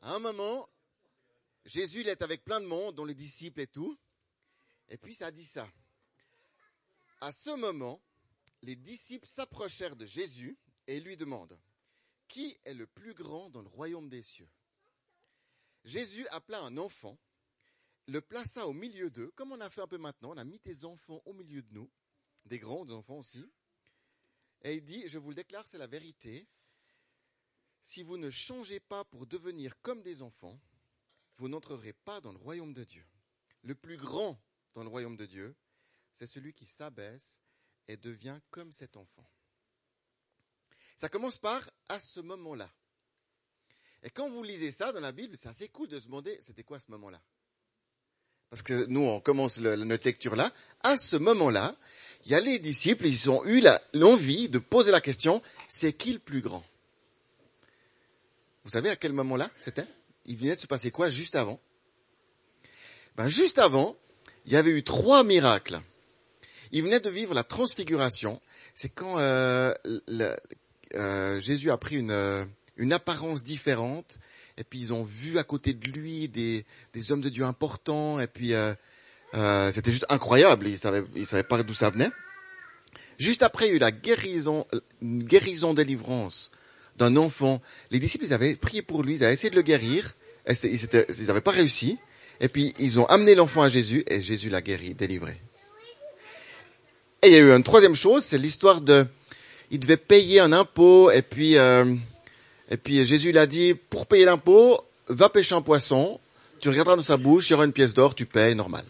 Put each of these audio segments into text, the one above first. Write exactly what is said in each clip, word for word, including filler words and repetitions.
À un moment, Jésus il est avec plein de monde, dont les disciples et tout. Et puis ça dit ça. À ce moment, les disciples s'approchèrent de Jésus et lui demandent « Qui est le plus grand dans le royaume des cieux ?» Jésus appela un enfant, le plaça au milieu d'eux, comme on a fait un peu maintenant, on a mis des enfants au milieu de nous, des grands enfants aussi, et il dit « Je vous le déclare, c'est la vérité, si vous ne changez pas pour devenir comme des enfants, vous n'entrerez pas dans le royaume de Dieu. Le plus grand dans le royaume de Dieu, c'est celui qui s'abaisse et devient comme cet enfant. » Ça commence par « à ce moment-là ». Et quand vous lisez ça dans la Bible, c'est assez cool de se demander, c'était quoi ce moment-là? Parce que nous, on commence le, notre lecture là. À ce moment-là, il y a les disciples, ils ont eu la, l'envie de poser la question, c'est qui le plus grand? Vous savez à quel moment-là c'était? Il venait de se passer quoi juste avant? Ben, juste avant, il y avait eu trois miracles. Il venait de vivre la transfiguration. C'est quand euh, le, euh, Jésus a pris une... une apparence différente, et puis ils ont vu à côté de lui des, des hommes de Dieu importants, et puis euh, euh, c'était juste incroyable, ils savaient, ils savaient pas d'où ça venait. Juste après, il y a eu la guérison, une guérison délivrance d'un enfant. Les disciples, ils avaient prié pour lui, ils avaient essayé de le guérir, et ils n'avaient pas réussi, et puis ils ont amené l'enfant à Jésus, et Jésus l'a guéri, délivré. Et il y a eu une troisième chose, c'est l'histoire de, il devait payer un impôt, et puis... Euh, Et puis Jésus l'a dit, pour payer l'impôt, va pêcher un poisson, tu regarderas dans sa bouche, il y aura une pièce d'or, tu payes, normal.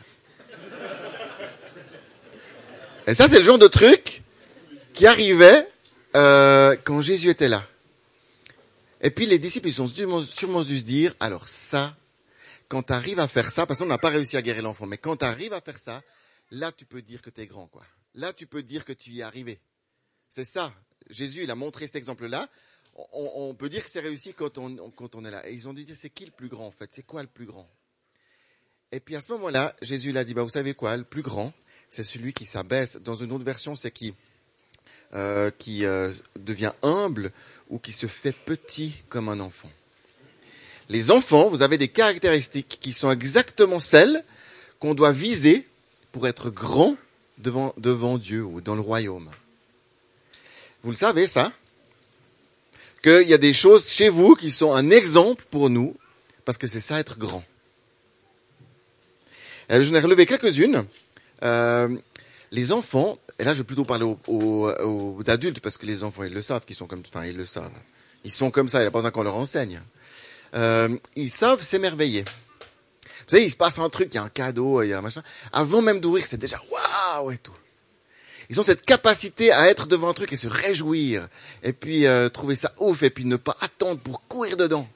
Et ça, c'est le genre de truc qui arrivait euh, quand Jésus était là. Et puis les disciples, ils ont sûrement, sûrement dû se dire, alors ça, quand tu arrives à faire ça, parce qu'on n'a pas réussi à guérir l'enfant, mais quand tu arrives à faire ça, là, tu peux dire que tu es grand, quoi. Là, tu peux dire que tu y es arrivé. C'est ça. Jésus, il a montré cet exemple-là. On, on peut dire que c'est réussi quand on, quand on est là. Et ils ont dit, c'est qui le plus grand en fait? C'est quoi le plus grand? Et puis à ce moment-là, Jésus l'a dit, bah, vous savez quoi? Le plus grand, c'est celui qui s'abaisse. Dans une autre version, c'est qui, euh, qui euh, devient humble ou qui se fait petit comme un enfant. Les enfants, vous avez des caractéristiques qui sont exactement celles qu'on doit viser pour être grand devant, devant Dieu ou dans le royaume. Vous le savez ça? Qu'il y a des choses chez vous qui sont un exemple pour nous, parce que c'est ça être grand. Et je n'ai relevé quelques-unes. Euh, les enfants, et là je vais plutôt parler aux, aux, aux adultes, parce que les enfants ils le savent, qu'ils sont comme, enfin ils le savent. Ils sont comme ça, il n'y a pas besoin qu'on leur enseigne. Euh, ils savent s'émerveiller. Vous savez, il se passe un truc, il y a un cadeau, il y a un machin. Avant même d'ouvrir, c'est déjà waouh et tout. Ils ont cette capacité à être devant un truc et se réjouir, et puis euh, trouver ça ouf, et puis ne pas attendre pour courir dedans.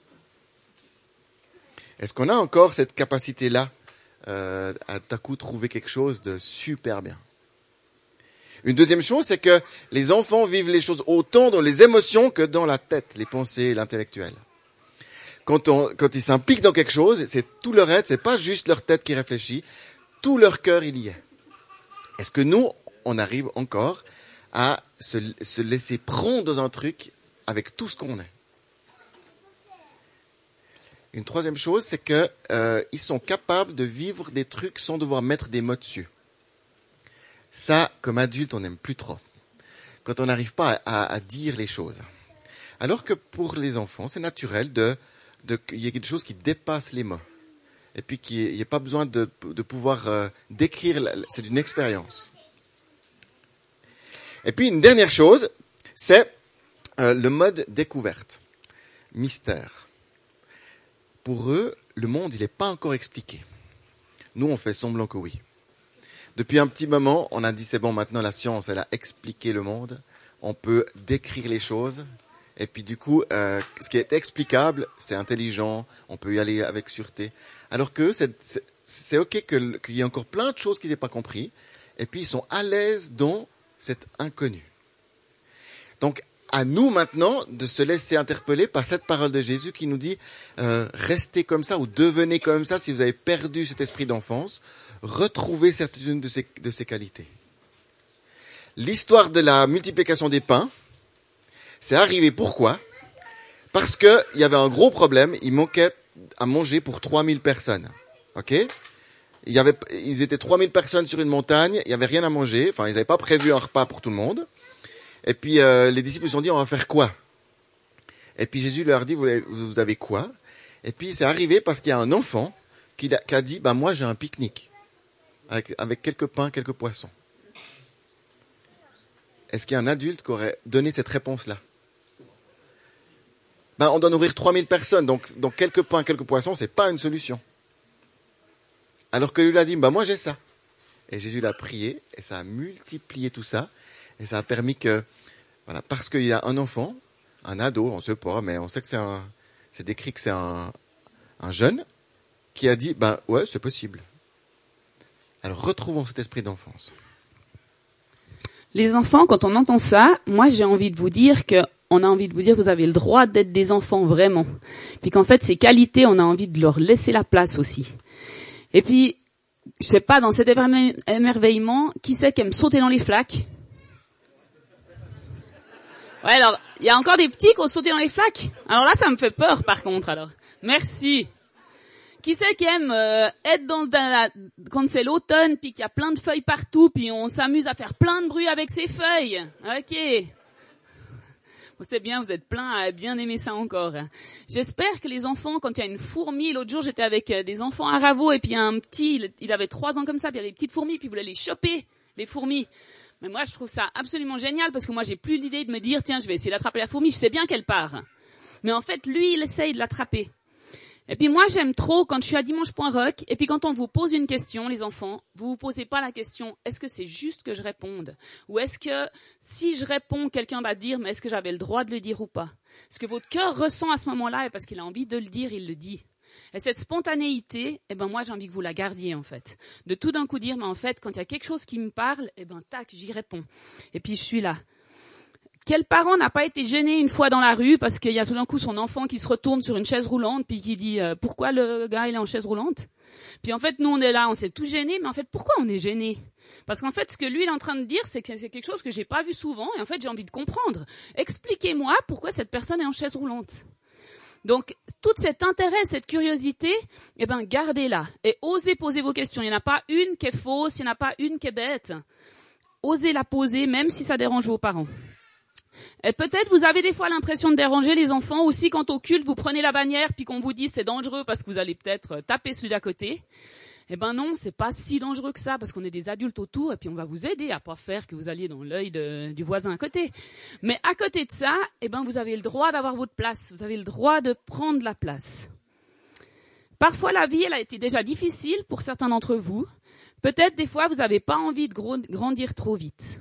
Est-ce qu'on a encore cette capacité-là euh, à tout à coup trouver quelque chose de super bien? Une deuxième chose, c'est que les enfants vivent les choses autant dans les émotions que dans la tête, les pensées, l'intellectuel. Quand, on, quand ils s'impliquent dans quelque chose, c'est tout leur être, c'est pas juste leur tête qui réfléchit, tout leur cœur il y est. Est-ce que nous, on arrive encore à se, se laisser prendre dans un truc avec tout ce qu'on est? Une troisième chose, c'est que euh, ils sont capables de vivre des trucs sans devoir mettre des mots dessus. Ça, comme adulte, on n'aime plus trop. Quand on n'arrive pas à, à, à dire les choses. Alors que pour les enfants, c'est naturel de, de qu'il y ait quelque chose qui dépasse les mots. Et puis qu'il n'y ait pas besoin de, de pouvoir euh, décrire, c'est une expérience. Et puis une dernière chose, c'est euh, le mode découverte, mystère. Pour eux, le monde, il n'est pas encore expliqué. Nous, on fait semblant que oui. Depuis un petit moment, on a dit c'est bon, maintenant la science, elle a expliqué le monde. On peut décrire les choses. Et puis du coup, euh, ce qui est explicable, c'est intelligent, on peut y aller avec sûreté. Alors que c'est, c'est, c'est ok que, qu'il y ait encore plein de choses qu'ils n'aient pas compris. Et puis ils sont à l'aise dans cet inconnu. Donc, à nous maintenant de se laisser interpeller par cette parole de Jésus qui nous dit euh, restez comme ça ou devenez comme ça si vous avez perdu cet esprit d'enfance, retrouvez certaines de ces, de ces qualités. L'histoire de la multiplication des pains, c'est arrivé pourquoi? Parce que il y avait un gros problème, il manquait à manger pour trois mille personnes. OK? Il y avait, ils étaient trois mille personnes sur une montagne, il y avait rien à manger, enfin, ils n'avaient pas prévu un repas pour tout le monde. Et puis, euh, les disciples se sont dit, on va faire quoi? Et puis, Jésus leur dit, vous avez, vous avez quoi? Et puis, c'est arrivé parce qu'il y a un enfant qui a, qui a dit, bah, moi, j'ai un pique-nique. Avec, avec quelques pains, quelques poissons. Est-ce qu'il y a un adulte qui aurait donné cette réponse-là? Ben, on doit nourrir trois mille personnes, donc, donc quelques pains, quelques poissons, c'est pas une solution. Alors que lui a dit, ben, moi j'ai ça. Et Jésus l'a prié, et ça a multiplié tout ça, et ça a permis que, voilà, parce qu'il y a un enfant, un ado, on sait pas, mais on sait que c'est un, c'est décrit que c'est un, un jeune, qui a dit, ben, ouais, c'est possible. Alors retrouvons cet esprit d'enfance. Les enfants, quand on entend ça, moi j'ai envie de vous dire que on a envie de vous dire que vous avez le droit d'être des enfants vraiment. Puis qu'en fait, ces qualités, on a envie de leur laisser la place aussi. Et puis, je sais pas, dans cet émerveillement, qui c'est qui aime sauter dans les flaques? Ouais, alors, il y a encore des petits qui ont sauté dans les flaques. Alors là, ça me fait peur, par contre, alors. Merci. Qui c'est qui aime euh, être dans, dans la, quand c'est l'automne, puis qu'il y a plein de feuilles partout, puis on s'amuse à faire plein de bruit avec ces feuilles? Ok. C'est bien, vous êtes plein à bien aimer ça encore. J'espère que les enfants, quand il y a une fourmi, l'autre jour j'étais avec des enfants à Ravo, et puis un petit, il avait trois ans comme ça, puis il y avait des petites fourmis, puis il voulait les choper, les fourmis. Mais moi je trouve ça absolument génial, parce que moi j'ai plus l'idée de me dire, tiens, je vais essayer d'attraper la fourmi, je sais bien qu'elle part. Mais en fait, lui, il essaye de l'attraper. Et puis moi, j'aime trop quand je suis à dimanche point rock, et puis quand on vous pose une question, les enfants, vous vous posez pas la question, est-ce que c'est juste que je réponde? Ou est-ce que, si je réponds, quelqu'un va dire, mais est-ce que j'avais le droit de le dire ou pas? Ce que votre cœur ressent à ce moment-là, et parce qu'il a envie de le dire, il le dit. Et cette spontanéité, eh ben moi, j'ai envie que vous la gardiez, en fait. De tout d'un coup dire, mais en fait, quand il y a quelque chose qui me parle, eh ben tac, j'y réponds. Et puis je suis là. Quel parent n'a pas été gêné une fois dans la rue parce qu'il y a tout d'un coup son enfant qui se retourne sur une chaise roulante puis qui dit euh, pourquoi le gars il est en chaise roulante? Puis en fait nous on est là, on s'est tous gênés, mais en fait pourquoi on est gêné? Parce qu'en fait ce que lui il est en train de dire c'est que c'est quelque chose que j'ai pas vu souvent et en fait j'ai envie de comprendre. Expliquez-moi pourquoi cette personne est en chaise roulante. Donc tout cet intérêt, cette curiosité, eh ben gardez-la et osez poser vos questions. Il n'y en a pas une qui est fausse, il n'y en a pas une qui est bête. Osez la poser même si ça dérange vos parents. Et peut-être vous avez des fois l'impression de déranger les enfants aussi quand au culte vous prenez la bannière puis qu'on vous dit c'est dangereux parce que vous allez peut-être taper celui d'à côté. Eh ben non, c'est pas si dangereux que ça parce qu'on est des adultes autour et puis on va vous aider à pas faire que vous alliez dans l'œil de, du voisin à côté. Mais à côté de ça, eh ben vous avez le droit d'avoir votre place, vous avez le droit de prendre la place. Parfois la vie elle a été déjà difficile pour certains d'entre vous. Peut-être des fois vous n'avez pas envie de gros, grandir trop vite.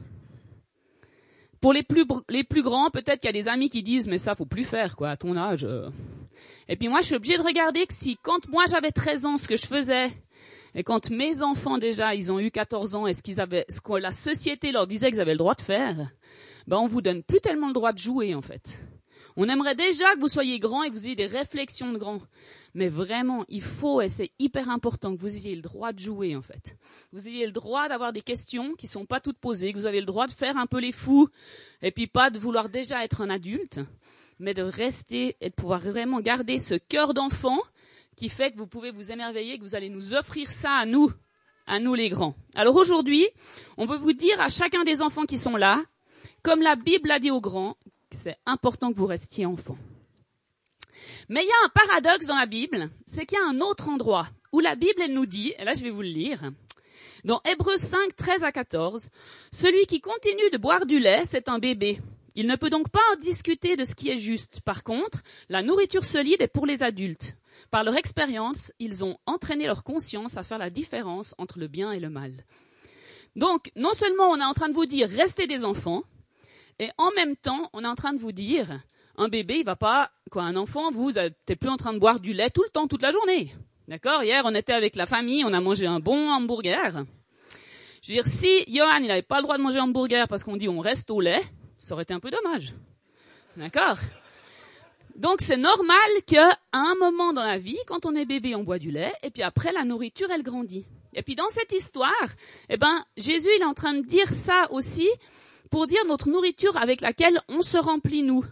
Pour les plus les plus grands, peut-être qu'il y a des amis qui disent mais ça faut plus faire quoi à ton âge. Et puis moi je suis obligée de regarder que si quand moi j'avais treize ans ce que je faisais et quand mes enfants déjà ils ont eu quatorze ans et ce qu'ils avaient ce que la société leur disait qu'ils avaient le droit de faire, ben on vous donne plus tellement le droit de jouer en fait. On aimerait déjà que vous soyez grands et que vous ayez des réflexions de grands. Mais vraiment, il faut, et c'est hyper important, que vous ayez le droit de jouer, en fait. Vous ayez le droit d'avoir des questions qui sont pas toutes posées, que vous avez le droit de faire un peu les fous, et puis pas de vouloir déjà être un adulte, mais de rester et de pouvoir vraiment garder ce cœur d'enfant qui fait que vous pouvez vous émerveiller, que vous allez nous offrir ça à nous, à nous les grands. Alors aujourd'hui, on veut vous dire à chacun des enfants qui sont là, comme la Bible l'a dit aux grands, c'est important que vous restiez enfant. Mais il y a un paradoxe dans la Bible, c'est qu'il y a un autre endroit où la Bible elle nous dit, et là je vais vous le lire, dans Hébreux cinq, treize à quatorze, « Celui qui continue de boire du lait, c'est un bébé. Il ne peut donc pas en discuter de ce qui est juste. Par contre, la nourriture solide est pour les adultes. Par leur expérience, ils ont entraîné leur conscience à faire la différence entre le bien et le mal. » Donc, non seulement on est en train de vous dire « restez des enfants », et en même temps, on est en train de vous dire, un bébé, il va pas, quoi, un enfant, vous, t'es plus en train de boire du lait tout le temps, toute la journée. D'accord? Hier, on était avec la famille, on a mangé un bon hamburger. Je veux dire, si Johan, il n'avait pas le droit de manger un hamburger parce qu'on dit on reste au lait, ça aurait été un peu dommage. D'accord? Donc, c'est normal qu'à un moment dans la vie, quand on est bébé, on boit du lait, et puis après, la nourriture, elle grandit. Et puis, dans cette histoire, eh ben, Jésus, il est en train de dire ça aussi, pour dire notre nourriture avec laquelle on se remplit nous.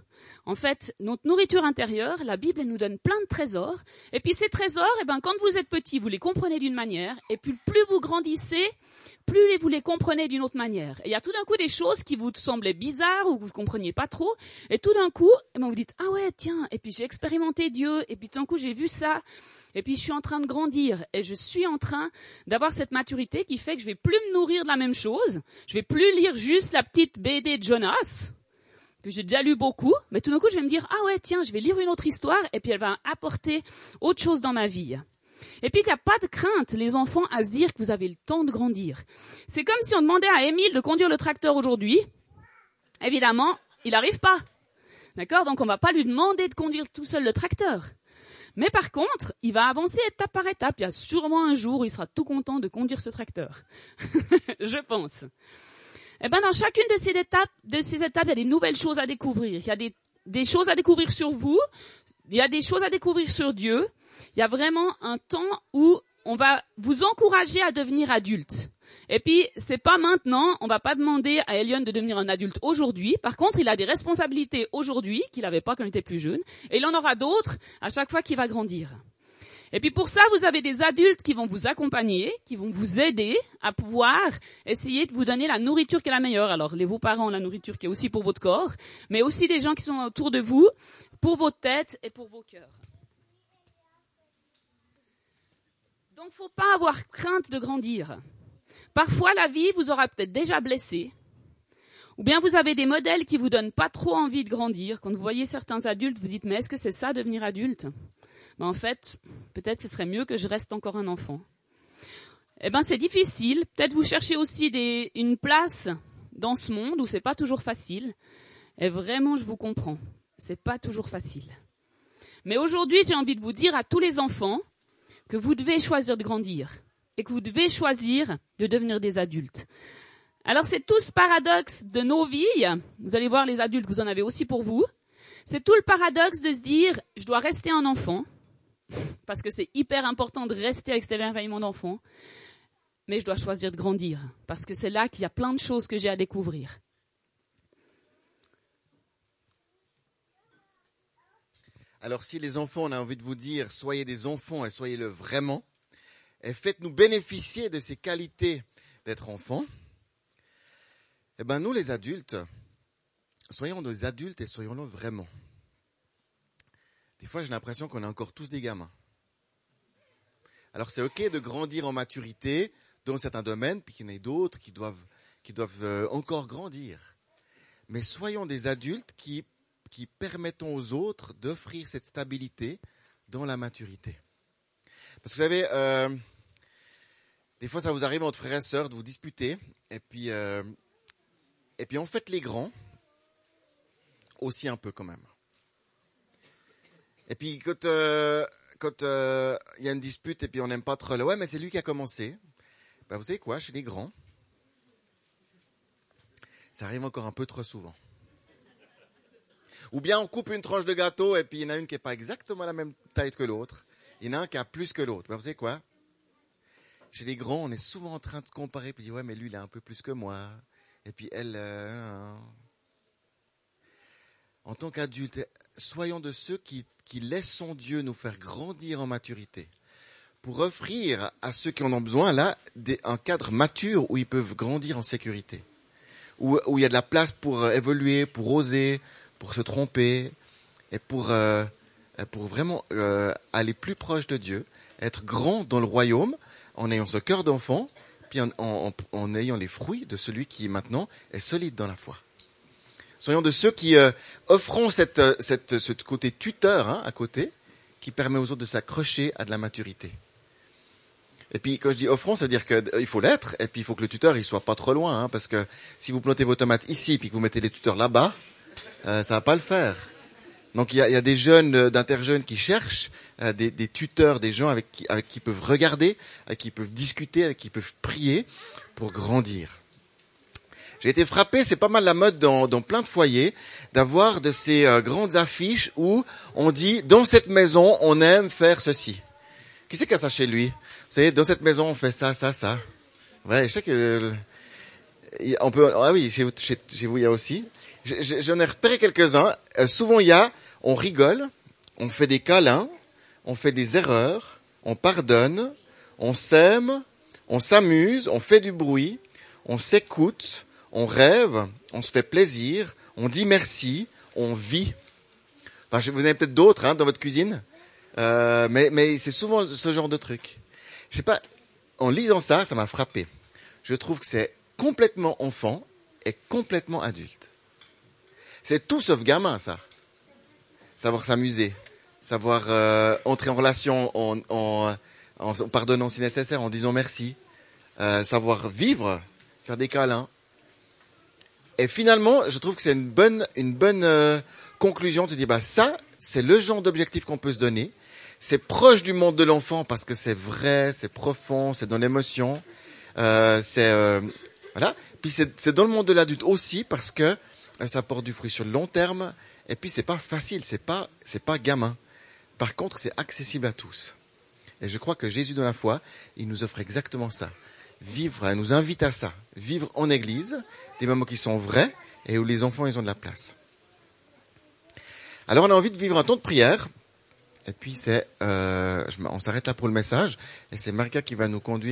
En fait, notre nourriture intérieure, la Bible, elle nous donne plein de trésors. Et puis ces trésors, eh ben, quand vous êtes petit, vous les comprenez d'une manière. Et puis plus vous grandissez, plus vous les comprenez d'une autre manière. Et il y a tout d'un coup des choses qui vous semblaient bizarres ou que vous ne compreniez pas trop. Et tout d'un coup, eh ben, vous dites, ah ouais, tiens, et puis j'ai expérimenté Dieu. Et puis tout d'un coup, j'ai vu ça. Et puis je suis en train de grandir. Et je suis en train d'avoir cette maturité qui fait que je vais plus me nourrir de la même chose. Je vais plus lire juste la petite B D de Jonas, que j'ai déjà lu beaucoup, mais tout d'un coup, je vais me dire, ah ouais, tiens, je vais lire une autre histoire, et puis elle va apporter autre chose dans ma vie. Et puis, il n'y a pas de crainte, les enfants, à se dire que vous avez le temps de grandir. C'est comme si on demandait à Émile de conduire le tracteur aujourd'hui. Évidemment, il n'arrive pas. D'accord? Donc, on va pas lui demander de conduire tout seul le tracteur. Mais par contre, il va avancer étape par étape. Il y a sûrement un jour où il sera tout content de conduire ce tracteur. Je pense. Eh ben, dans chacune de ces étapes, de ces étapes, il y a des nouvelles choses à découvrir. Il y a des, des choses à découvrir sur vous. Il y a des choses à découvrir sur Dieu. Il y a vraiment un temps où on va vous encourager à devenir adulte. Et puis, c'est pas maintenant, on va pas demander à Elion de devenir un adulte aujourd'hui. Par contre, il a des responsabilités aujourd'hui qu'il n'avait pas quand il était plus jeune. Et il en aura d'autres à chaque fois qu'il va grandir. Et puis pour ça, vous avez des adultes qui vont vous accompagner, qui vont vous aider à pouvoir essayer de vous donner la nourriture qui est la meilleure. Alors, les vos parents, la nourriture qui est aussi pour votre corps, mais aussi des gens qui sont autour de vous, pour votre tête et pour vos cœurs. Donc, faut pas avoir crainte de grandir. Parfois, la vie vous aura peut-être déjà blessé, ou bien vous avez des modèles qui vous donnent pas trop envie de grandir. Quand vous voyez certains adultes, vous dites, mais est-ce que c'est ça, devenir adulte? Ben, en fait, peut-être ce serait mieux que je reste encore un enfant. Eh ben, c'est difficile. Peut-être vous cherchez aussi des, une place dans ce monde où c'est pas toujours facile. Et vraiment, je vous comprends. C'est pas toujours facile. Mais aujourd'hui, j'ai envie de vous dire à tous les enfants que vous devez choisir de grandir et que vous devez choisir de devenir des adultes. Alors, c'est tout ce paradoxe de nos vies. Vous allez voir, les adultes, vous en avez aussi pour vous. C'est tout le paradoxe de se dire, je dois rester un enfant, parce que c'est hyper important de rester avec cet émerveillement d'enfant, mais je dois choisir de grandir, parce que c'est là qu'il y a plein de choses que j'ai à découvrir. Alors si les enfants, on a envie de vous dire, soyez des enfants et soyez-le vraiment, et faites-nous bénéficier de ces qualités d'être enfants, eh ben nous les adultes, soyons des adultes et soyons-le vraiment. Des fois, j'ai l'impression qu'on est encore tous des gamins. Alors, c'est OK de grandir en maturité dans certains domaines, puis qu'il y en a d'autres qui doivent, qui doivent euh, encore grandir. Mais soyons des adultes qui, qui permettons aux autres d'offrir cette stabilité dans la maturité. Parce que vous savez, euh, des fois, ça vous arrive entre frères et sœurs de vous disputer, et puis, euh, et puis on fait les grands, aussi un peu quand même. Et puis quand euh, quand il euh, y a une dispute et puis on n'aime pas trop le ouais mais c'est lui qui a commencé. Ben vous savez quoi, chez les grands, ça arrive encore un peu trop souvent. Ou bien on coupe une tranche de gâteau et puis il y en a une qui est pas exactement la même taille que l'autre. Il y en a un qui a plus que l'autre. Ben vous savez quoi, chez les grands, on est souvent en train de comparer puis dire ouais mais lui il a un peu plus que moi et puis elle. Euh, En tant qu'adultes, soyons de ceux qui, qui laissons Dieu nous faire grandir en maturité pour offrir à ceux qui en ont besoin là des, un cadre mature où ils peuvent grandir en sécurité, où, où il y a de la place pour évoluer, pour oser, pour se tromper et pour, euh, pour vraiment euh, aller plus proche de Dieu, être grand dans le royaume en ayant ce cœur d'enfant, puis en, en, en ayant les fruits de celui qui maintenant est solide dans la foi. Soyons de ceux qui euh, offront cette, cette, ce côté tuteur hein, à côté, qui permet aux autres de s'accrocher à de la maturité. Et puis quand je dis offrons, ça veut dire qu'il faut l'être, et puis il faut que le tuteur il soit pas trop loin, hein, parce que si vous plantez vos tomates ici, puis que vous mettez les tuteurs là-bas, euh, ça va pas le faire. Donc il y a, il y a des jeunes d'interjeunes qui cherchent euh, des, des tuteurs, des gens avec qui, avec qui ils peuvent regarder, avec qui ils peuvent discuter, avec qui ils peuvent prier pour grandir. J'ai été frappé, c'est pas mal la mode dans, dans plein de foyers, d'avoir de ces euh, grandes affiches où on dit, dans cette maison, on aime faire ceci. Qui c'est qui a ça chez lui? Vous savez, dans cette maison, on fait ça, ça, ça. Ouais, je sais que, euh, on peut, ah oui, chez, chez, chez vous, il y a aussi. J'en ai repéré quelques-uns. Euh, souvent, il y a, on rigole, on fait des câlins, on fait des erreurs, on pardonne, on s'aime, on s'amuse, on fait du bruit, on s'écoute, on rêve, on se fait plaisir, on dit merci, on vit. Enfin, vous en avez peut-être d'autres hein, dans votre cuisine, euh, mais, mais c'est souvent ce genre de truc. Je sais pas, en lisant ça, ça m'a frappé. Je trouve que c'est complètement enfant et complètement adulte. C'est tout sauf gamin, ça. Savoir s'amuser, savoir euh, entrer en relation en, en, en pardonnant si nécessaire, en disant merci, euh, savoir vivre, faire des câlins. Et finalement, je trouve que c'est une bonne, une bonne euh, conclusion. Tu dis, bah ça, c'est le genre d'objectif qu'on peut se donner. C'est proche du monde de l'enfant parce que c'est vrai, c'est profond, c'est dans l'émotion. Euh, c'est euh, voilà. Puis c'est, c'est dans le monde de l'adulte aussi parce que ça porte du fruit sur le long terme, et puis c'est pas facile, c'est pas, c'est pas gamin. Par contre, c'est accessible à tous. Et je crois que Jésus dans la foi, il nous offre exactement ça. Vivre, il nous invite à ça. Vivre en église, des moments qui sont vrais, et où les enfants, ils ont de la place. Alors on a envie de vivre un temps de prière, et puis c'est, euh, je, on s'arrête là pour le message, et c'est Marika qui va nous conduire